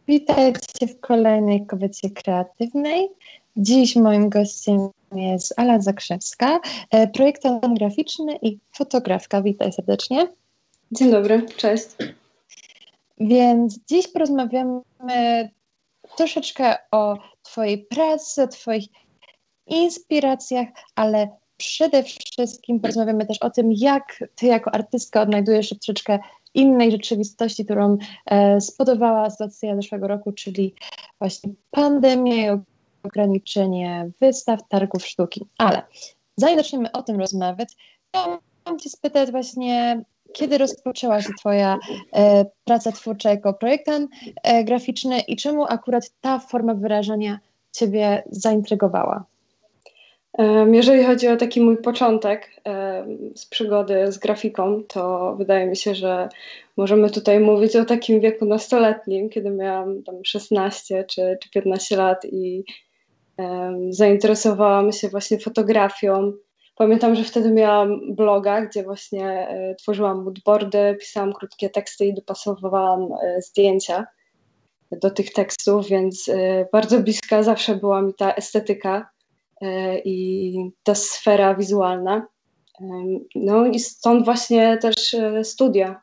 Witajcie w kolejnej Kobiecie Kreatywnej. Dziś moim gościem jest Ala Zakrzewska, projektant graficzny i fotografka. Witaj serdecznie. Dzień dobry, cześć. Więc dziś porozmawiamy troszeczkę o Twojej pracy, o Twoich inspiracjach, ale przede wszystkim porozmawiamy też o tym, jak Ty jako artystka odnajdujesz się w troszeczkę innej rzeczywistości, którą spodobała sytuacja zeszłego roku, czyli właśnie pandemia i ograniczenie wystaw, targów sztuki. Ale zanim zaczniemy o tym rozmawiać, chciałam Cię spytać właśnie, kiedy rozpoczęła się Twoja praca twórcza jako projektant graficzny i czemu akurat ta forma wyrażania Ciebie zaintrygowała? Jeżeli chodzi o taki mój początek z przygody z grafiką, to wydaje mi się, że możemy tutaj mówić o takim wieku nastoletnim, kiedy miałam tam 16 czy 15 lat i zainteresowałam się właśnie fotografią. Pamiętam, że wtedy miałam bloga, gdzie właśnie tworzyłam moodboardy, pisałam krótkie teksty i dopasowywałam zdjęcia do tych tekstów, więc bardzo bliska zawsze była mi ta estetyka i ta sfera wizualna. No i stąd właśnie też studia,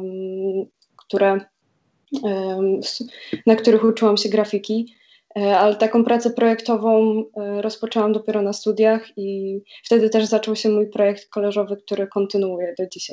na których uczyłam się grafiki, ale taką pracę projektową rozpoczęłam dopiero na studiach i wtedy też zaczął się mój projekt koleżowy, który kontynuuję do dzisiaj.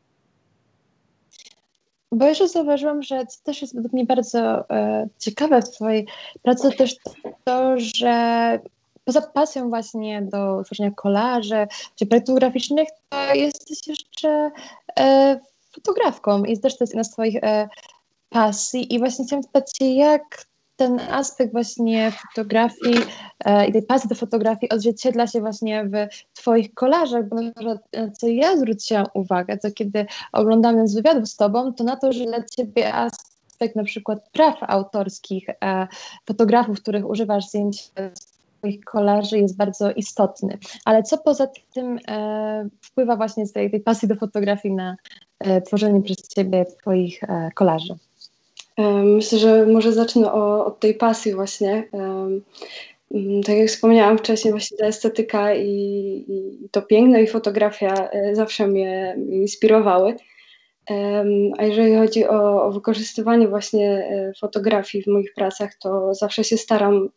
Bo jeszcze zauważyłam, że co też jest według mnie bardzo ciekawe w Twojej pracy, też to, że poza pasją właśnie do tworzenia kolaży czy projektów graficznych, to jesteś jeszcze fotografką i też to jest jedna z Twoich pasji. I właśnie chciałam spytać Cię, jak ten aspekt właśnie fotografii i tej pasji do fotografii odzwierciedla się właśnie w Twoich kolażach, bo na przykład, co ja zwróciłam uwagę, to kiedy oglądam z wywiadów z Tobą, to na to, że dla Ciebie aspekt na przykład praw autorskich fotografów, których używasz zdjęć Twoich kolaży jest bardzo istotny. Ale co poza tym wpływa właśnie z tej pasji do fotografii na tworzenie przez Ciebie Twoich kolaży? Myślę, że może zacznę od tej pasji właśnie. Tak jak wspomniałam wcześniej, właśnie ta estetyka i to piękno i fotografia zawsze mnie inspirowały. A jeżeli chodzi o wykorzystywanie właśnie fotografii w moich pracach, to zawsze się staram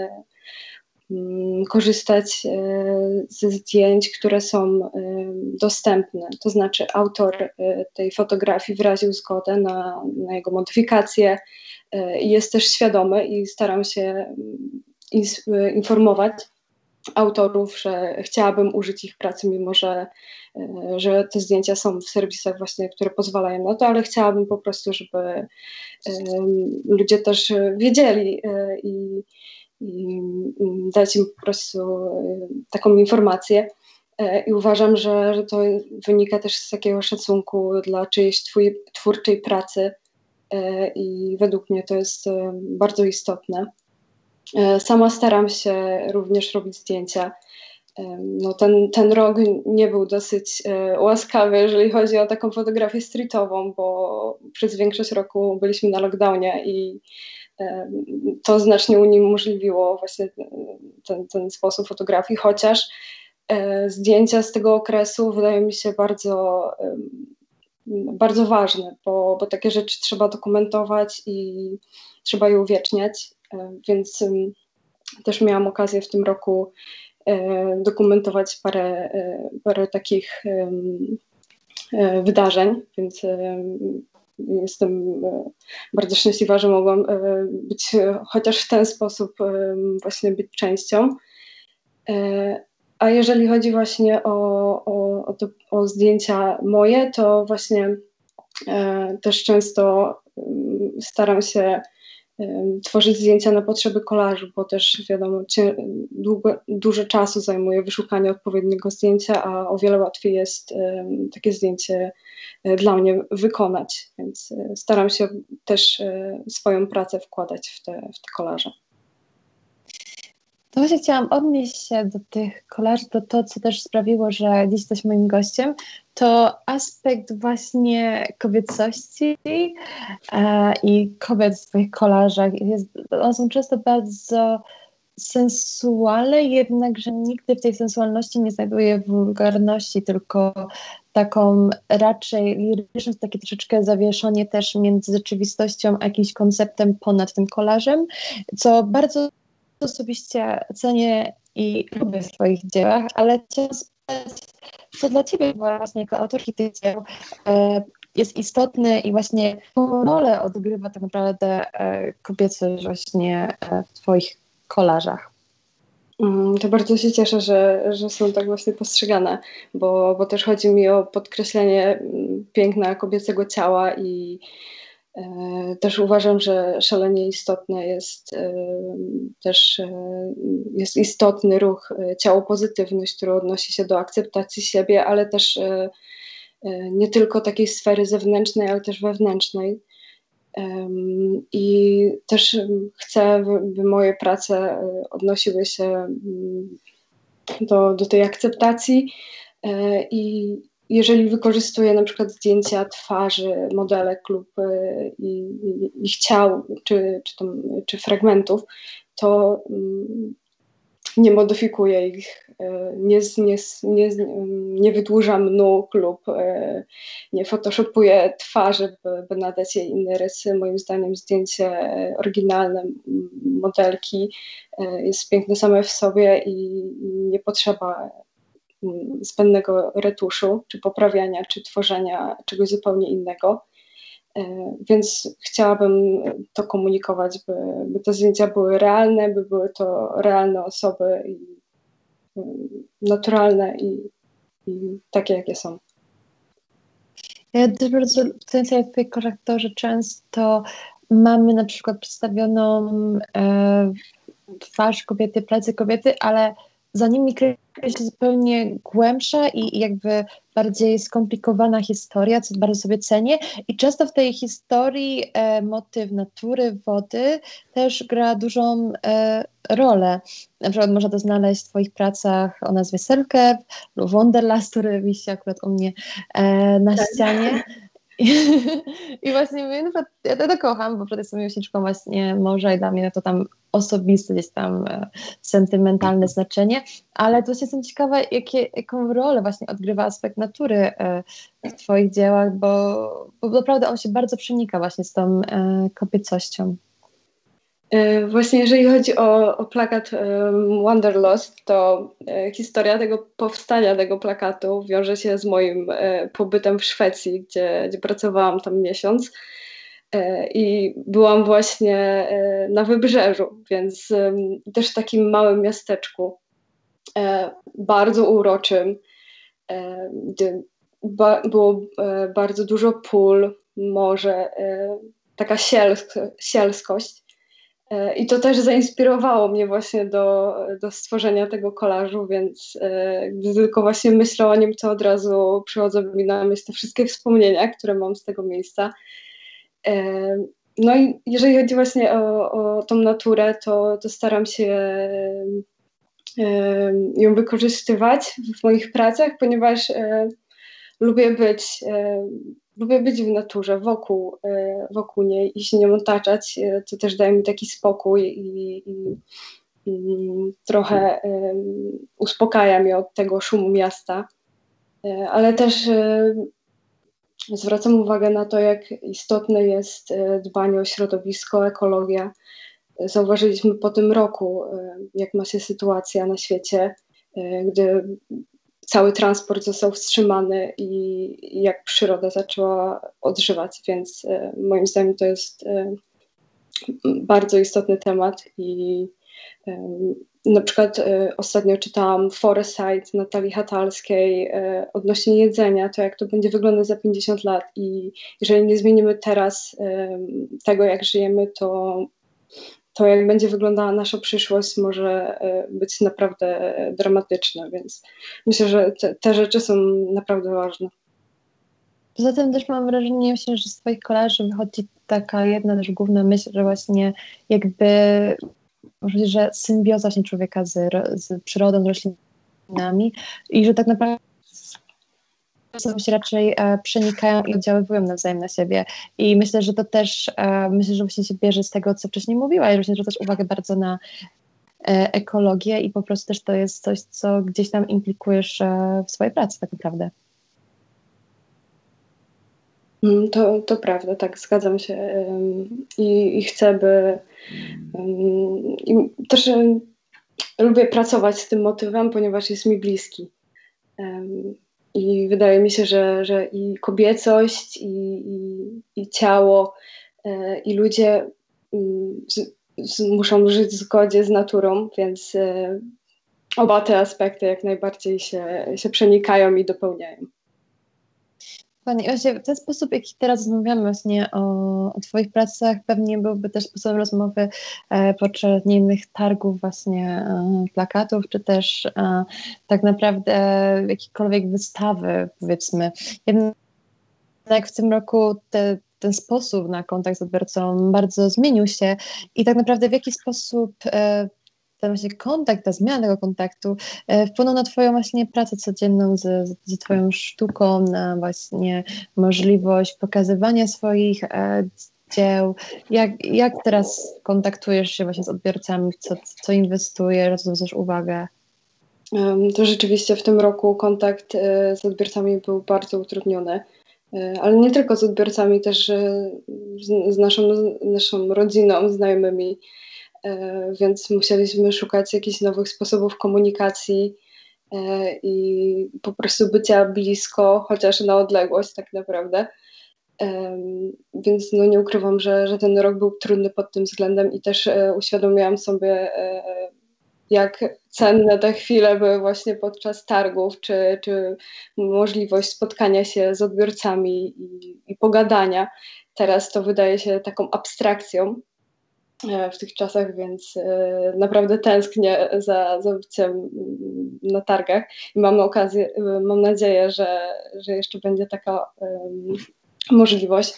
korzystać ze zdjęć, które są dostępne. To znaczy autor tej fotografii wyraził zgodę na jego modyfikację i jest też świadomy i staram się informować autorów, że chciałabym użyć ich pracy, mimo że te zdjęcia są w serwisach właśnie, które pozwalają na to, ale chciałabym po prostu, żeby ludzie też wiedzieli i dać im po prostu taką informację. I uważam, że to wynika też z takiego szacunku dla czyjejś twórczej pracy i według mnie to jest bardzo istotne. Sama staram się również robić zdjęcia. No ten rok nie był dosyć łaskawy, jeżeli chodzi o taką fotografię streetową, bo przez większość roku byliśmy na lockdownie i to znacznie uniemożliwiło właśnie ten sposób fotografii, chociaż zdjęcia z tego okresu wydają mi się bardzo, bardzo ważne, bo takie rzeczy trzeba dokumentować i trzeba je uwieczniać, więc też miałam okazję w tym roku dokumentować parę takich wydarzeń, więc jestem bardzo szczęśliwa, że mogłam być chociaż w ten sposób właśnie być częścią. A jeżeli chodzi właśnie o zdjęcia moje, to właśnie też często staram się tworzyć zdjęcia na potrzeby kolażu, bo też wiadomo, dużo czasu zajmuje wyszukanie odpowiedniego zdjęcia, a o wiele łatwiej jest takie zdjęcie dla mnie wykonać, więc staram się też swoją pracę wkładać w te kolaże. To właśnie chciałam odnieść się do tych kolarzy, to co też sprawiło, że dziś jesteś moim gościem, to aspekt właśnie kobiecości i kobiet w twoich kolażach. One są często bardzo sensualne, jednakże nigdy w tej sensualności nie znajduje wulgarności, tylko taką raczej liryczność, takie troszeczkę zawieszenie też między rzeczywistością a jakimś konceptem ponad tym kolażem, co bardzo osobiście cenię i lubię w swoich dziełach, ale chciałam spytać, co dla ciebie właśnie jako autorki tych dzieł jest istotne i właśnie jaką rolę odgrywa tak naprawdę kobiecość właśnie w twoich kolażach? To bardzo się cieszę, że są tak właśnie postrzegane, bo też chodzi mi o podkreślenie piękna kobiecego ciała i też uważam, że szalenie istotne jest istotny ruch ciało pozytywność, który odnosi się do akceptacji siebie, ale też nie tylko takiej sfery zewnętrznej, ale też wewnętrznej. I też chcę, by moje prace odnosiły się do tej akceptacji i jeżeli wykorzystuję na przykład zdjęcia twarzy modelek lub ich ciał czy fragmentów, to nie modyfikuję ich, nie wydłużam nóg lub nie photoshopuję twarzy, by nadać jej inne rysy. Moim zdaniem zdjęcie oryginalne modelki jest piękne same w sobie i nie potrzeba zbędnego retuszu, czy poprawiania, czy tworzenia czegoś zupełnie innego. Więc chciałabym to komunikować, by te zdjęcia były realne, by były to realne osoby i naturalne i takie, jakie są. Ja też bardzo cenię w tej korektorze często mamy na przykład przedstawioną twarz kobiety, plecy kobiety, ale za nimi kryje się zupełnie głębsza i jakby bardziej skomplikowana historia, co bardzo sobie cenię. I często w tej historii motyw natury, wody też gra dużą rolę. Na przykład można to znaleźć w twoich pracach o nazwie Self-Care lub Wonderlust, który wisi akurat u mnie na ścianie. I właśnie mówię, no, ja to kocham, bo przede jestem miłośniczką właśnie morza i dla mnie to tam osobiste, gdzieś tam sentymentalne znaczenie, ale to właśnie jestem ciekawa, jaką rolę właśnie odgrywa aspekt natury w twoich dziełach, bo naprawdę on się bardzo przenika właśnie z tą kobiecością. Właśnie jeżeli chodzi o plakat Wanderlust, to historia powstania tego plakatu wiąże się z moim pobytem w Szwecji, gdzie pracowałam tam miesiąc i byłam właśnie na Wybrzeżu, więc też w takim małym miasteczku, bardzo uroczym, gdzie było bardzo dużo pól, morze, taka sielskość. I to też zainspirowało mnie właśnie do stworzenia tego kolażu, więc gdy tylko właśnie myślę o nim, to od razu przychodzą mi na myśl te wszystkie wspomnienia, które mam z tego miejsca. No i jeżeli chodzi właśnie o tą naturę, to staram się ją wykorzystywać w moich pracach, ponieważ lubię być w naturze, wokół niej i się nią otaczać. To też daje mi taki spokój i trochę uspokaja mnie od tego szumu miasta. Ale też zwracam uwagę na to, jak istotne jest dbanie o środowisko, ekologia. Zauważyliśmy po tym roku, jak ma się sytuacja na świecie, gdy cały transport został wstrzymany i jak przyroda zaczęła odżywać, więc moim zdaniem to jest bardzo istotny temat i na przykład ostatnio czytałam Foresight Natalii Hatalskiej odnośnie jedzenia, to jak to będzie wyglądać za 50 lat i jeżeli nie zmienimy teraz tego, jak żyjemy, to jak będzie wyglądała nasza przyszłość, może być naprawdę dramatyczna, więc myślę, że te rzeczy są naprawdę ważne. Poza tym też mam wrażenie, że z twoich kolarzy wychodzi taka jedna też główna myśl, że właśnie jakby można powiedzieć, że symbioza właśnie człowieka z przyrodą, z roślinami i że tak naprawdę osoby się raczej przenikają i oddziaływują nawzajem na siebie. I myślę, że to też, myślę, że właśnie się bierze z tego, co wcześniej mówiła i właśnie zwracasz uwagę bardzo na ekologię i po prostu też to jest coś, co gdzieś tam implikujesz w swojej pracy tak naprawdę. To prawda, tak, zgadzam się i chcę, by i też lubię pracować z tym motywem, ponieważ jest mi bliski. I wydaje mi się, że i kobiecość, i ciało, i ludzie muszą żyć w zgodzie z naturą, więc oba te aspekty jak najbardziej się przenikają i dopełniają. Pani, właśnie w ten sposób, jaki teraz rozmawiamy właśnie o Twoich pracach, pewnie byłby też sposobem rozmowy podczas innych targów właśnie plakatów, czy też tak naprawdę jakiejkolwiek wystawy, powiedzmy. Jednak w tym roku ten sposób na kontakt z odbiorcą bardzo zmienił się i tak naprawdę w jaki sposób ten właśnie kontakt, ta zmiana tego kontaktu wpłynął na Twoją właśnie pracę codzienną z Twoją sztuką, na właśnie możliwość pokazywania swoich dzieł. Jak teraz kontaktujesz się właśnie z odbiorcami, co inwestujesz, zwracasz uwagę? To rzeczywiście w tym roku kontakt z odbiorcami był bardzo utrudniony, ale nie tylko z odbiorcami, też z naszą rodziną, znajomymi, więc musieliśmy szukać jakichś nowych sposobów komunikacji i po prostu bycia blisko, chociaż na odległość tak naprawdę. Więc no nie ukrywam, że ten rok był trudny pod tym względem i też uświadomiłam sobie, jak cenne te chwile były właśnie podczas targów, czy możliwość spotkania się z odbiorcami i pogadania. Teraz to wydaje się taką abstrakcją w tych czasach, więc naprawdę tęsknię za byciem na targach i mam nadzieję, że jeszcze będzie taka możliwość.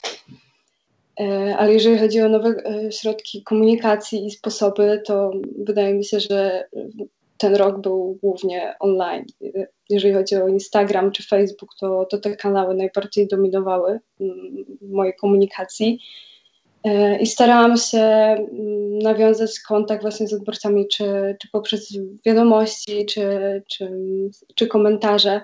Ale jeżeli chodzi o nowe środki komunikacji i sposoby, to wydaje mi się, że ten rok był głównie online. Jeżeli chodzi o Instagram czy Facebook, to te kanały najbardziej dominowały w mojej komunikacji. I starałam się nawiązać kontakt właśnie z odbiorcami, czy poprzez wiadomości, czy komentarze.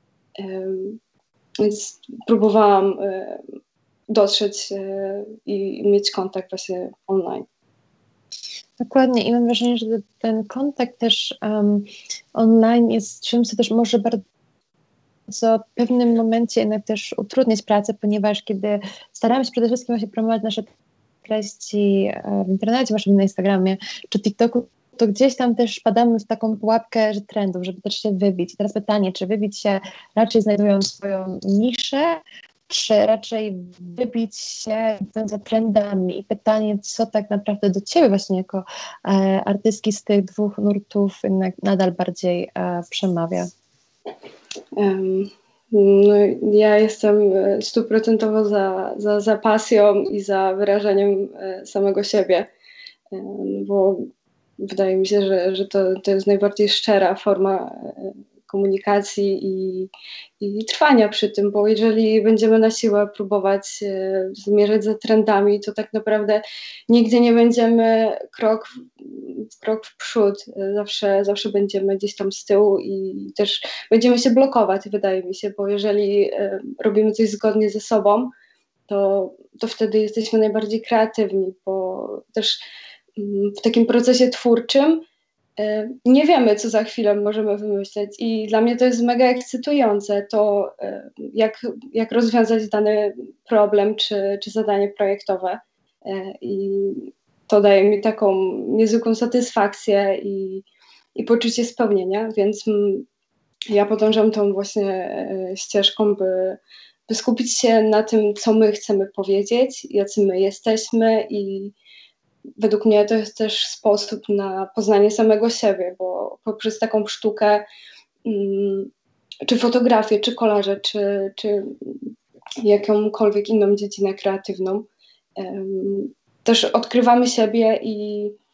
Więc próbowałam dotrzeć i mieć kontakt właśnie online. Dokładnie i mam wrażenie, że ten kontakt też online jest czymś, co też może bardzo w pewnym momencie jednak też utrudniać pracę, ponieważ kiedy staramy się przede wszystkim właśnie promować nasze treści w internecie, zwłaszcza na Instagramie czy TikToku, to gdzieś tam też padamy w taką pułapkę, że trendów, żeby też się wybić. I teraz pytanie, czy wybić się raczej znajdując swoją niszę, czy raczej wybić się za trendami i pytanie, co tak naprawdę do Ciebie właśnie jako artystki z tych dwóch nurtów jednak nadal bardziej przemawia? No, ja jestem 100% za pasją i za wyrażaniem samego siebie, bo wydaje mi się, że to jest najbardziej szczera forma komunikacji i trwania przy tym, bo jeżeli będziemy na siłę próbować zmierzać za trendami, to tak naprawdę nigdzie nie będziemy krok w przód, zawsze będziemy gdzieś tam z tyłu i też będziemy się blokować, wydaje mi się, bo jeżeli robimy coś zgodnie ze sobą, to wtedy jesteśmy najbardziej kreatywni, bo też w takim procesie twórczym nie wiemy, co za chwilę możemy wymyśleć i dla mnie to jest mega ekscytujące, to jak rozwiązać dany problem czy zadanie projektowe i to daje mi taką niezwykłą satysfakcję i poczucie spełnienia, więc ja podążam tą właśnie ścieżką, by skupić się na tym, co my chcemy powiedzieć, jacy my jesteśmy i według mnie to jest też sposób na poznanie samego siebie, bo poprzez taką sztukę, czy fotografię, czy kolaże, czy jakąkolwiek inną dziedzinę kreatywną, też odkrywamy siebie i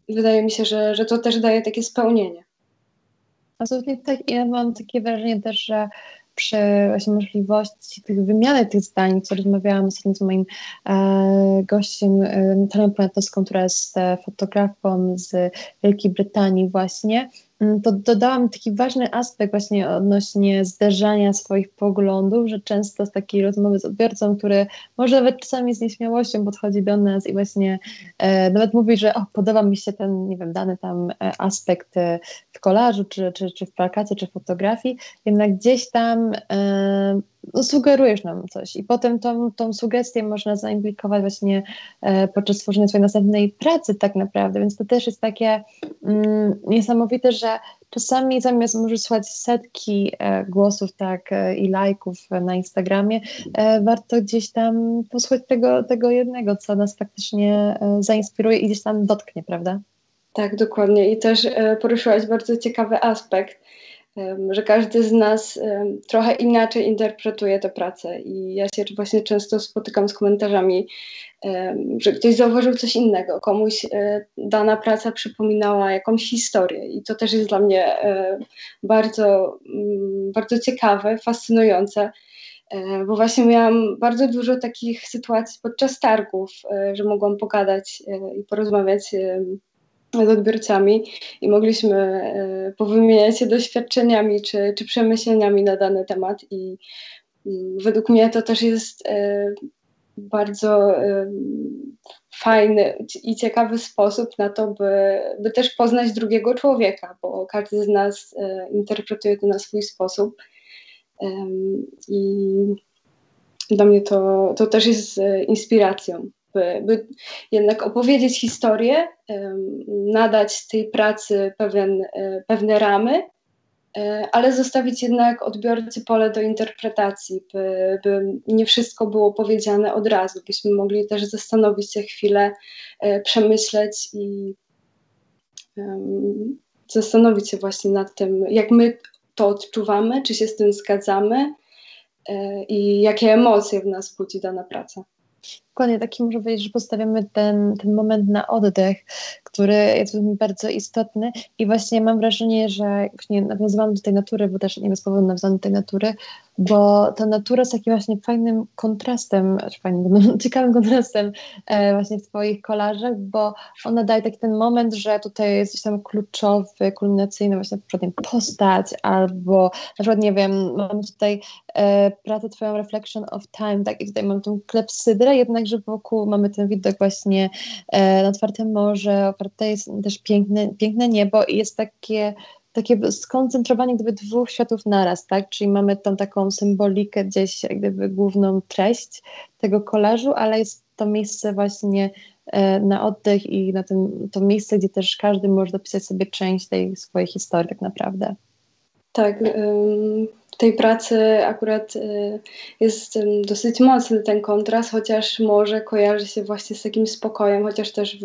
wydaje mi się, że to też daje takie spełnienie. Absolutnie tak. Ja mam takie wrażenie też, że przy właśnie możliwości wymiany tych zdań, co rozmawiałam ostatnio z moim gościem, Natalią Poniatowską, która jest fotografką z Wielkiej Brytanii właśnie, to dodałam taki ważny aspekt właśnie odnośnie zderzania swoich poglądów, że często z takiej rozmowy z odbiorcą, który może nawet czasami z nieśmiałością podchodzi do nas i właśnie nawet mówi, że podoba mi się ten, nie wiem, dany tam aspekt w kolażu, czy w plakacie, czy w fotografii, jednak gdzieś tam sugerujesz nam coś i potem tą sugestię można zaimplikować właśnie podczas tworzenia swojej następnej pracy tak naprawdę, więc to też jest takie niesamowite, że czasami zamiast może słuchać setki głosów tak i lajków na Instagramie, warto gdzieś tam posłuchać tego jednego, co nas faktycznie zainspiruje i gdzieś tam dotknie, prawda? Tak, dokładnie. I też poruszyłaś bardzo ciekawy aspekt, że każdy z nas trochę inaczej interpretuje tę pracę. I ja się właśnie często spotykam z komentarzami, że ktoś zauważył coś innego, komuś dana praca przypominała jakąś historię. I to też jest dla mnie bardzo, bardzo ciekawe, fascynujące. Bo właśnie miałam bardzo dużo takich sytuacji podczas targów, że mogłam pogadać i porozmawiać z odbiorcami i mogliśmy powymieniać się doświadczeniami czy przemyśleniami na dany temat i według mnie to też jest bardzo fajny i ciekawy sposób na to, by też poznać drugiego człowieka, bo każdy z nas interpretuje to na swój sposób i dla mnie to też jest inspiracją. By jednak opowiedzieć historię, nadać tej pracy pewne ramy, ale zostawić jednak odbiorcy pole do interpretacji, by nie wszystko było powiedziane od razu, byśmy mogli też zastanowić się chwilę, przemyśleć i zastanowić się właśnie nad tym, jak my to odczuwamy, czy się z tym zgadzamy i jakie emocje w nas budzi dana praca. Dokładnie, taki może powiedzieć, że postawiamy ten moment na oddech, który jest mi bardzo istotny i właśnie mam wrażenie, że właśnie nawiązałam do tej natury, bo też nie bez powodu nawiązałam do tej natury, bo ta natura jest takim właśnie fajnym kontrastem, ciekawym kontrastem właśnie w twoich kolażach, bo ona daje taki ten moment, że tutaj jest gdzieś tam kluczowy, kulminacyjny właśnie na przykład postać, albo na przykład, nie wiem, mam tutaj pracę twoją Reflection of Time, tak, i tutaj mam tą klepsydrę, jednakże wokół mamy ten widok właśnie na otwarte morze, otwarte jest też piękne niebo i jest takie skoncentrowanie gdyby dwóch światów naraz, tak? Czyli mamy tą taką symbolikę gdzieś, jak gdyby główną treść tego kolażu, ale jest to miejsce właśnie na oddech i na to miejsce, gdzie też każdy może dopisać sobie część tej swojej historii tak naprawdę. Tak, w tej pracy akurat jest dosyć mocny ten kontrast, chociaż może kojarzy się właśnie z takim spokojem, chociaż też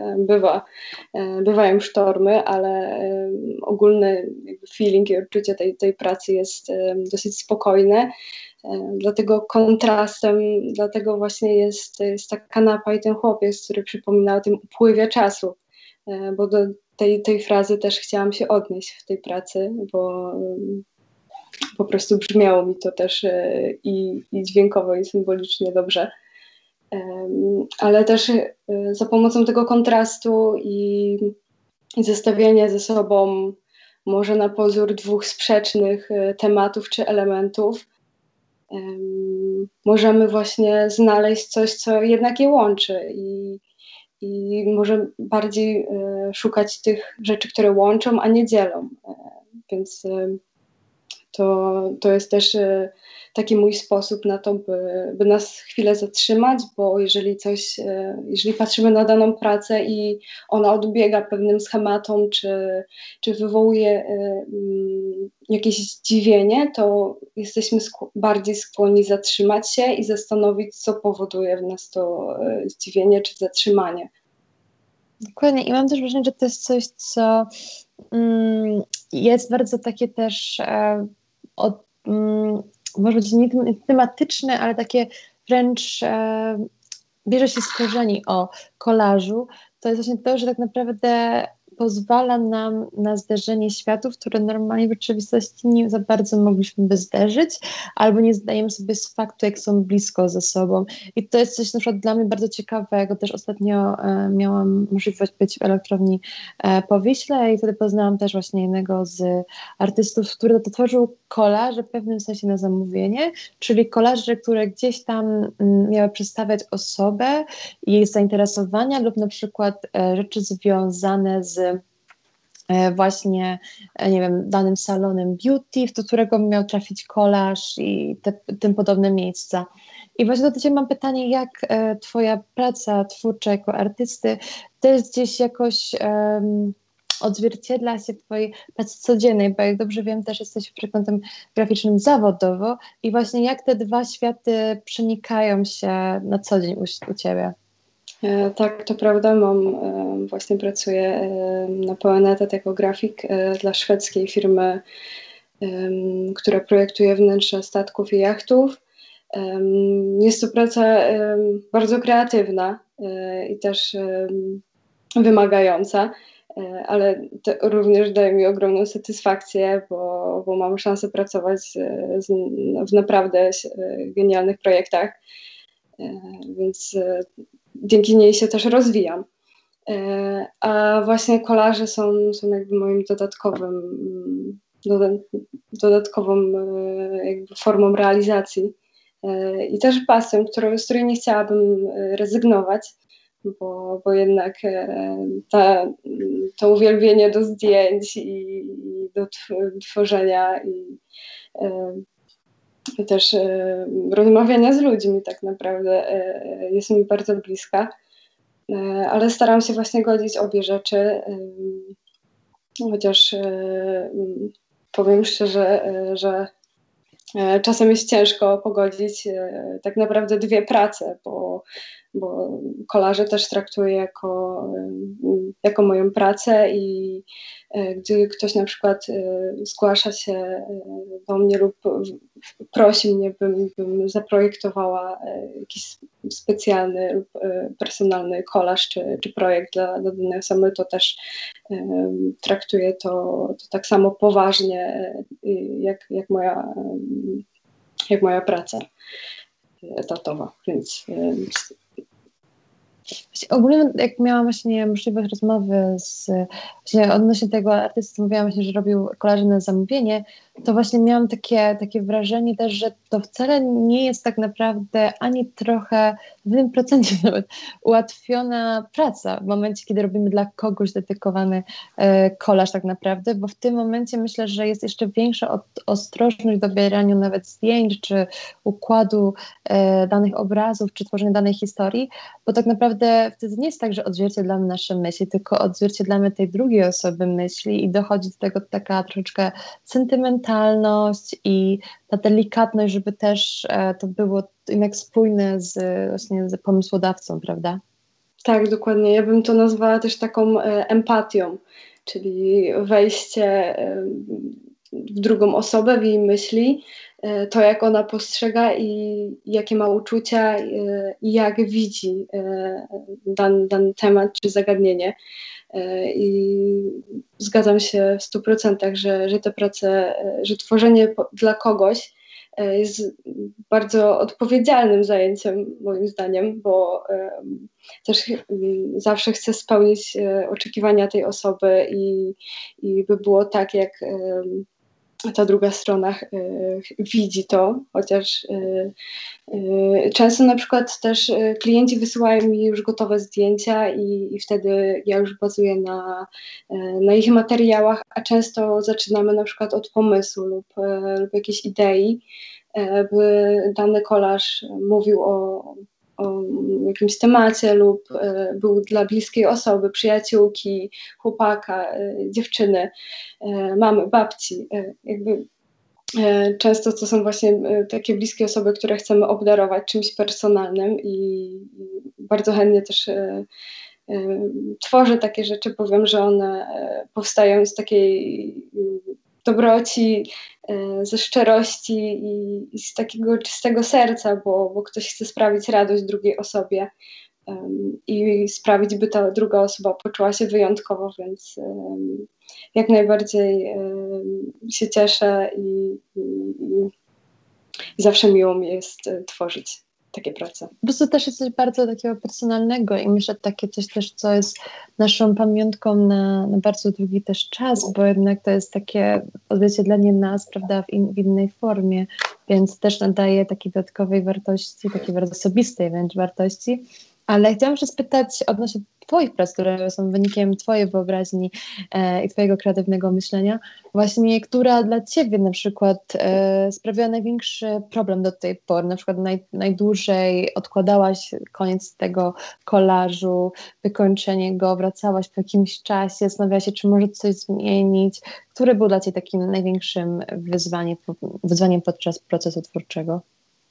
bywają sztormy, ale ogólny feeling i odczucie tej pracy jest dosyć spokojne. Dlatego kontrastem, dlatego właśnie jest ta kanapa i ten chłopiec, który przypomina o tym upływie czasu, bo do tej frazy też chciałam się odnieść w tej pracy, bo po prostu brzmiało mi to też i dźwiękowo, i symbolicznie dobrze. Ale też za pomocą tego kontrastu i zestawiania ze sobą może na pozór dwóch sprzecznych tematów czy elementów możemy właśnie znaleźć coś, co jednak je łączy i może bardziej szukać tych rzeczy, które łączą, a nie dzielą. Więc to jest też taki mój sposób na to, by nas chwilę zatrzymać, bo jeżeli patrzymy na daną pracę i ona odbiega pewnym schematom, czy wywołuje jakieś zdziwienie, to jesteśmy bardziej skłonni zatrzymać się i zastanowić, co powoduje w nas to zdziwienie czy zatrzymanie. Dokładnie. I mam też wrażenie, że to jest coś, co jest bardzo takie też może być nie tematyczne, ale takie wręcz bierze się z korzeni o kolażu, to jest właśnie to, że tak naprawdę pozwala nam na zderzenie światów, które normalnie w rzeczywistości nie za bardzo mogliśmy by zderzyć, albo nie zdajemy sobie z faktu, jak są blisko ze sobą. I to jest coś na przykład dla mnie bardzo ciekawego. Też ostatnio miałam możliwość być w elektrowni po Wiśle i wtedy poznałam też właśnie jednego z artystów, który to tworzył kolaże w pewnym sensie na zamówienie, czyli kolaże, które gdzieś tam miały przedstawiać osobę, jej zainteresowania lub na przykład rzeczy związane z właśnie, nie wiem, danym salonem beauty, do którego miał trafić kolaż i tym podobne miejsca. I właśnie do Ciebie mam pytanie, jak Twoja praca twórcza jako artysty też gdzieś jakoś odzwierciedla się w Twojej pracy codziennej, bo jak dobrze wiem, też jesteś przekątem graficznym zawodowo i właśnie jak te dwa światy przenikają się na co dzień u Ciebie? Tak, to prawda. Właśnie pracuję na pełen etat jako grafik dla szwedzkiej firmy, która projektuje wnętrza statków i jachtów. Jest to praca bardzo kreatywna i też wymagająca, ale również daje mi ogromną satysfakcję, bo mam szansę pracować w naprawdę genialnych projektach, więc dzięki niej się też rozwijam. A właśnie kolaże są jakby moim dodatkową jakby formą realizacji i też pasją, z której nie chciałabym rezygnować, bo jednak to uwielbienie do zdjęć i do tworzenia i też rozmawiania z ludźmi tak naprawdę jest mi bardzo bliska, ale staram się właśnie godzić obie rzeczy, chociaż powiem szczerze, że czasem jest ciężko pogodzić tak naprawdę dwie prace, bo kolaże też traktuję jako moją pracę i gdy ktoś na przykład zgłasza się do mnie lub prosi mnie, bym zaprojektowała jakiś specjalny lub personalny kolaż czy projekt dla danej osoby, to też traktuję to tak samo poważnie jak moja praca etatowa, więc ogólnie jak miałam właśnie możliwość rozmowy właśnie odnośnie tego artysty, mówiłam właśnie, że robił kolaże na zamówienie, to właśnie miałam takie wrażenie też, że to wcale nie jest tak naprawdę ani trochę w pewnym procencie nawet ułatwiona praca w momencie, kiedy robimy dla kogoś dedykowany kolaż tak naprawdę, bo w tym momencie myślę, że jest jeszcze większa ostrożność w dobieraniu nawet zdjęć, czy układu danych obrazów, czy tworzenia danej historii, bo tak naprawdę wtedy nie jest tak, że odzwierciedlamy nasze myśli, tylko odzwierciedlamy tej drugiej osoby myśli i dochodzi do tego taka troszeczkę sentymentalność i ta delikatność, żeby też to było jednak spójne właśnie z pomysłodawcą, prawda? Tak, dokładnie. Ja bym to nazwała też taką empatią, czyli wejście w drugą osobę, w jej myśli, to jak ona postrzega i jakie ma uczucia i jak widzi dany temat czy zagadnienie. I zgadzam się w 100%, że te prace, że tworzenie dla kogoś jest bardzo odpowiedzialnym zajęciem moim zdaniem, bo też zawsze chcę spełnić oczekiwania tej osoby i by było tak, jak ta druga strona widzi to, chociaż często na przykład też klienci wysyłają mi już gotowe zdjęcia i wtedy ja już bazuję na ich materiałach, a często zaczynamy na przykład od pomysłu lub jakiejś idei, by dany kolaż mówił o jakimś temacie lub był dla bliskiej osoby, przyjaciółki, chłopaka, dziewczyny, mamy, babci. Jakby często to są właśnie takie bliskie osoby, które chcemy obdarować czymś personalnym i bardzo chętnie też tworzę takie rzeczy, powiem, że one powstają z takiej dobroci, ze szczerości i z takiego czystego serca, bo ktoś chce sprawić radość drugiej osobie. i sprawić, by ta druga osoba poczuła się wyjątkowo, więc jak najbardziej się cieszę i zawsze miło mi jest tworzyć takie prace. Po prostu też jest coś bardzo takiego personalnego i myślę, takie coś też, co jest naszą pamiątką na bardzo długi też czas, bo jednak to jest takie odzwierciedlenie nas, prawda, w innej formie, więc też nadaje takiej dodatkowej wartości, takiej bardzo osobistej wręcz wartości. Ale chciałam jeszcze spytać odnośnie Twoich prac, które są wynikiem Twojej wyobraźni i Twojego kreatywnego myślenia, właśnie która dla Ciebie na przykład sprawiała największy problem do tej pory, na przykład najdłużej odkładałaś koniec tego kolażu, wykończenie go, wracałaś po jakimś czasie, zastanawiałaś się, czy może coś zmienić. Który był dla Ciebie takim największym wyzwaniem podczas procesu twórczego?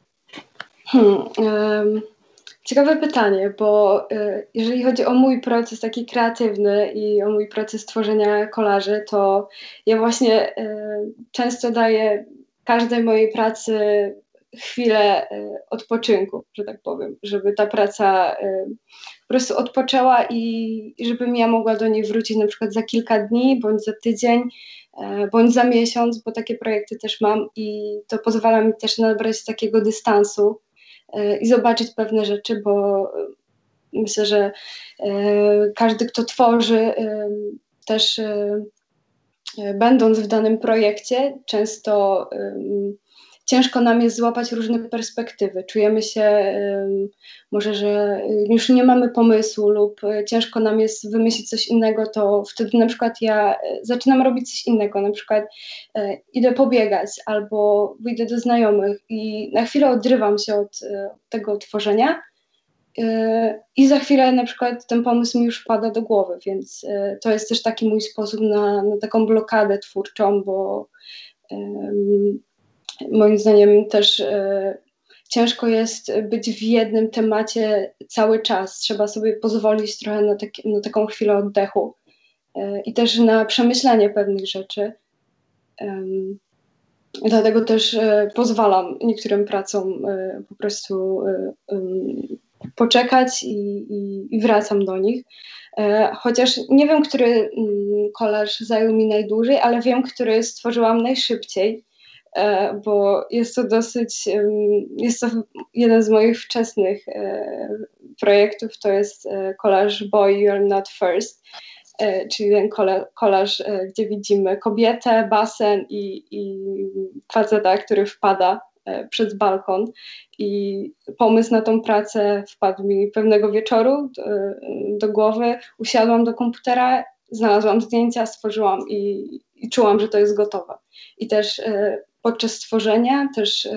Ciekawe pytanie, bo jeżeli chodzi o mój proces taki kreatywny i o mój proces tworzenia kolaży, to ja właśnie często daję każdej mojej pracy chwilę odpoczynku, że tak powiem, żeby ta praca po prostu odpoczęła i żebym ja mogła do niej wrócić na przykład za kilka dni, bądź za tydzień, bądź za miesiąc, bo takie projekty też mam i to pozwala mi też nabrać takiego dystansu i zobaczyć pewne rzeczy, bo myślę, że każdy, kto tworzy, też będąc w danym projekcie, często ciężko nam jest złapać różne perspektywy. Czujemy się może, że już nie mamy pomysłu lub ciężko nam jest wymyślić coś innego, to wtedy na przykład ja zaczynam robić coś innego, na przykład idę pobiegać albo wyjdę do znajomych i na chwilę odrywam się od tego tworzenia i za chwilę na przykład ten pomysł mi już wpada do głowy, więc to jest też taki mój sposób na taką blokadę twórczą, bo moim zdaniem też ciężko jest być w jednym temacie cały czas. Trzeba sobie pozwolić trochę na taką chwilę oddechu i też na przemyślenie pewnych rzeczy. Dlatego też pozwalam niektórym pracom po prostu poczekać i wracam do nich. Chociaż nie wiem, który kolaż zajął mi najdłużej, ale wiem, który stworzyłam najszybciej, bo jest to jeden z moich wczesnych projektów, to jest kolaż Boy, You're Not First, czyli ten kolaż, gdzie widzimy kobietę, basen i faceta, który wpada przez balkon i pomysł na tą pracę wpadł mi pewnego wieczoru do głowy, usiadłam do komputera, znalazłam zdjęcia, stworzyłam i czułam, że to jest gotowe. I też podczas tworzenia też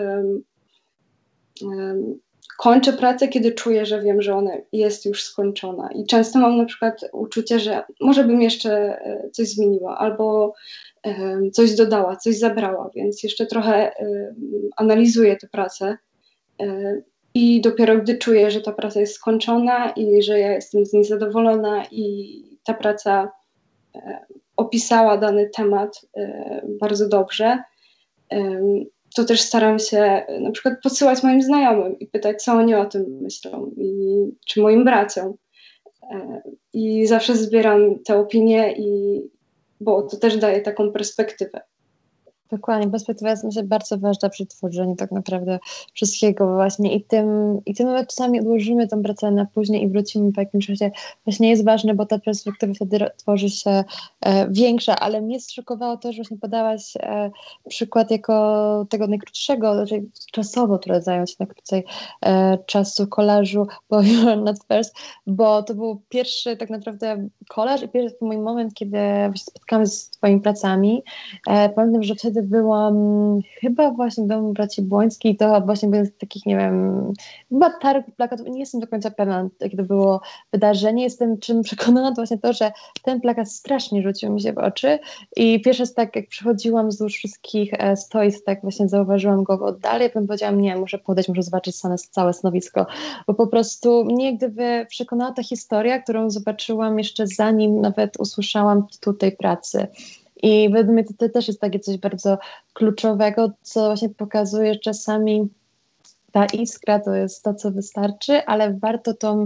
kończę pracę, kiedy czuję, że wiem, że ona jest już skończona. I często mam na przykład uczucie, że może bym jeszcze coś zmieniła albo coś dodała, coś zabrała, więc jeszcze trochę analizuję tę pracę i dopiero gdy czuję, że ta praca jest skończona i że ja jestem z niej zadowolona i ta praca opisała dany temat bardzo dobrze, to też staram się na przykład podsyłać moim znajomym i pytać, co oni o tym myślą czy moim braciom. I zawsze zbieram te opinie, bo to też daje taką perspektywę. Dokładnie, perspektywa jest myślę bardzo ważna przy tworzeniu tak naprawdę wszystkiego właśnie i tym nawet czasami odłożymy tą pracę na później i wrócimy po jakimś czasie. Właśnie jest ważne, bo ta perspektywa wtedy tworzy się większa, ale mnie zszokowało to, że właśnie podałaś przykład jako tego najkrótszego, znaczy czasowo, które zajął się najkrócej czasu kolażu, bo You're Not First, bo to był pierwszy tak naprawdę kolaż i pierwszy mój moment, kiedy się spotkałam z twoimi pracami. Pamiętam, że wtedy byłam chyba właśnie w domu braci Błońskiej i to właśnie był z takich, nie wiem, chyba targ plakatów, nie jestem do końca pewna, jakie to było wydarzenie. Jestem czym przekonana, to właśnie to, że ten plakat strasznie rzucił mi się w oczy i pierwszy raz tak, jak przechodziłam wzdłuż wszystkich stoisk, tak właśnie zauważyłam go w oddali, potem powiedziałam, nie, muszę podejść, muszę zobaczyć całe stanowisko, bo po prostu mnie gdyby przekonała ta historia, którą zobaczyłam jeszcze zanim nawet usłyszałam tytuł tej pracy. I według mnie to też jest takie coś bardzo kluczowego, co właśnie pokazuje, że czasami ta iskra to jest to, co wystarczy, ale warto tą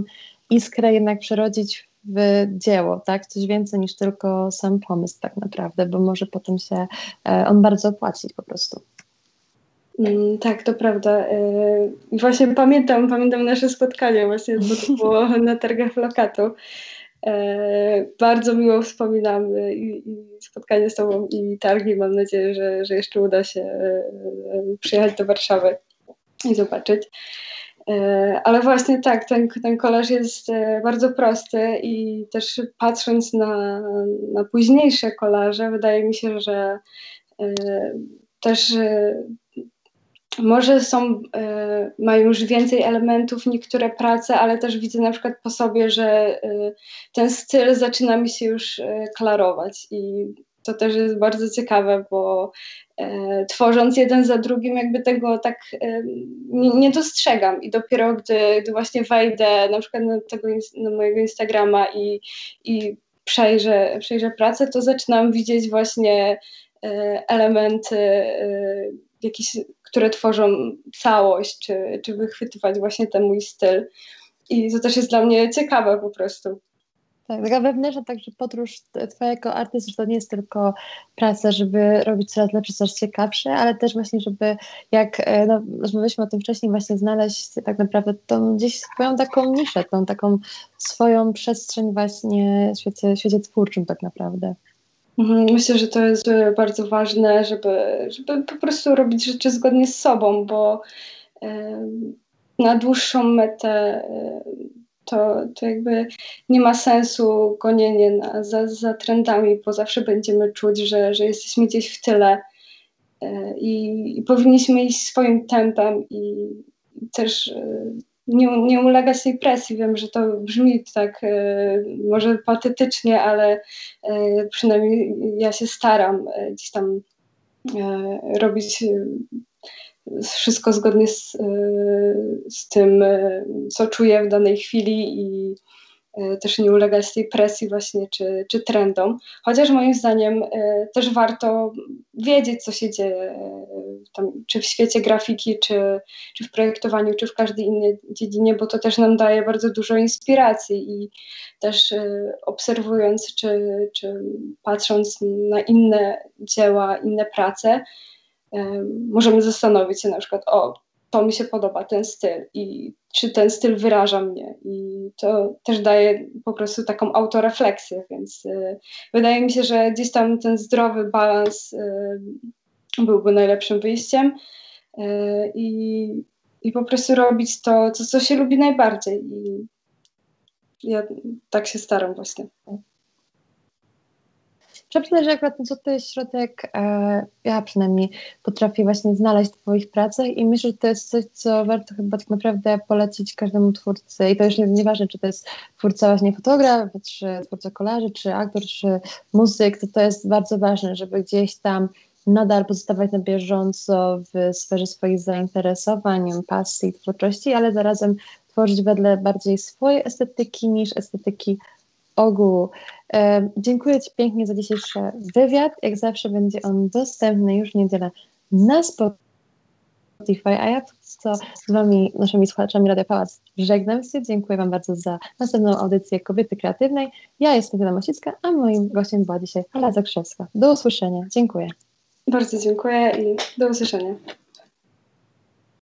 iskrę jednak przerodzić w dzieło, tak? Coś więcej niż tylko sam pomysł tak naprawdę, bo może potem się on bardzo opłacić po prostu. Tak, to prawda. I właśnie pamiętam nasze spotkanie właśnie, bo to było na targach Lokatu. Bardzo miło wspominam i spotkanie z Tobą i targi. Mam nadzieję, że jeszcze uda się przyjechać do Warszawy i zobaczyć. Ale właśnie tak, ten kolaż jest bardzo prosty i też patrząc na późniejsze kolaże, wydaje mi się, że też może mają już więcej elementów niektóre prace, ale też widzę na przykład po sobie, że ten styl zaczyna mi się już klarować i to też jest bardzo ciekawe, bo tworząc jeden za drugim jakby tego tak nie dostrzegam i dopiero gdy właśnie wejdę na przykład na mojego Instagrama i przejrzę pracę, to zaczynam widzieć właśnie elementy jakieś, które tworzą całość, czy wychwytywać właśnie ten mój styl. I to też jest dla mnie ciekawe po prostu. Tak, taka wewnętrzna także podróż twoja jako artysty, że to nie jest tylko praca, żeby robić coraz lepsze, coraz ciekawsze, ale też właśnie, żeby jak rozmawialiśmy o tym wcześniej, właśnie znaleźć tak naprawdę tą gdzieś swoją taką niszę, tą taką swoją przestrzeń właśnie w świecie twórczym tak naprawdę. Myślę, że to jest bardzo ważne, żeby po prostu robić rzeczy zgodnie z sobą, bo na dłuższą metę to jakby nie ma sensu gonienie za trendami, bo zawsze będziemy czuć, że jesteśmy gdzieś w tyle i powinniśmy iść swoim tempem i też nie ulegać tej presji. Wiem, że to brzmi tak może patetycznie, ale przynajmniej ja się staram gdzieś tam robić wszystko zgodnie z tym, co czuję w danej chwili i też nie ulegać tej presji właśnie czy trendom. Chociaż moim zdaniem też warto wiedzieć, co się dzieje tam, czy w świecie grafiki, czy w projektowaniu, czy w każdej innej dziedzinie, bo to też nam daje bardzo dużo inspiracji i też obserwując czy patrząc na inne dzieła, inne prace, możemy zastanowić się na przykład, to mi się podoba, ten styl i czy ten styl wyraża mnie i to też daje po prostu taką autorefleksję, więc wydaje mi się, że gdzieś tam ten zdrowy balans byłby najlepszym wyjściem i po prostu robić to, co się lubi najbardziej i ja tak się staram właśnie. Trzeba przyznać, że akurat ten złoty środek ja przynajmniej potrafię właśnie znaleźć w twoich pracach i myślę, że to jest coś, co warto chyba tak naprawdę polecić każdemu twórcy i to już nieważne, czy to jest twórca właśnie fotograf, czy twórca kolaży, czy aktor, czy muzyk, to jest bardzo ważne, żeby gdzieś tam nadal pozostawać na bieżąco w sferze swoich zainteresowań, pasji, twórczości, ale zarazem tworzyć wedle bardziej swojej estetyki niż estetyki ogółu. Dziękuję Ci pięknie za dzisiejszy wywiad. Jak zawsze będzie on dostępny już w niedzielę na Spotify, a ja co z Wami, naszymi słuchaczami Radia Pałac, żegnam się. Dziękuję Wam bardzo za następną audycję Kobiety Kreatywnej. Ja jestem Wiela Mosicka, a moim gościem była dzisiaj Ala Zakrzewska. Do usłyszenia. Dziękuję. Bardzo dziękuję i do usłyszenia.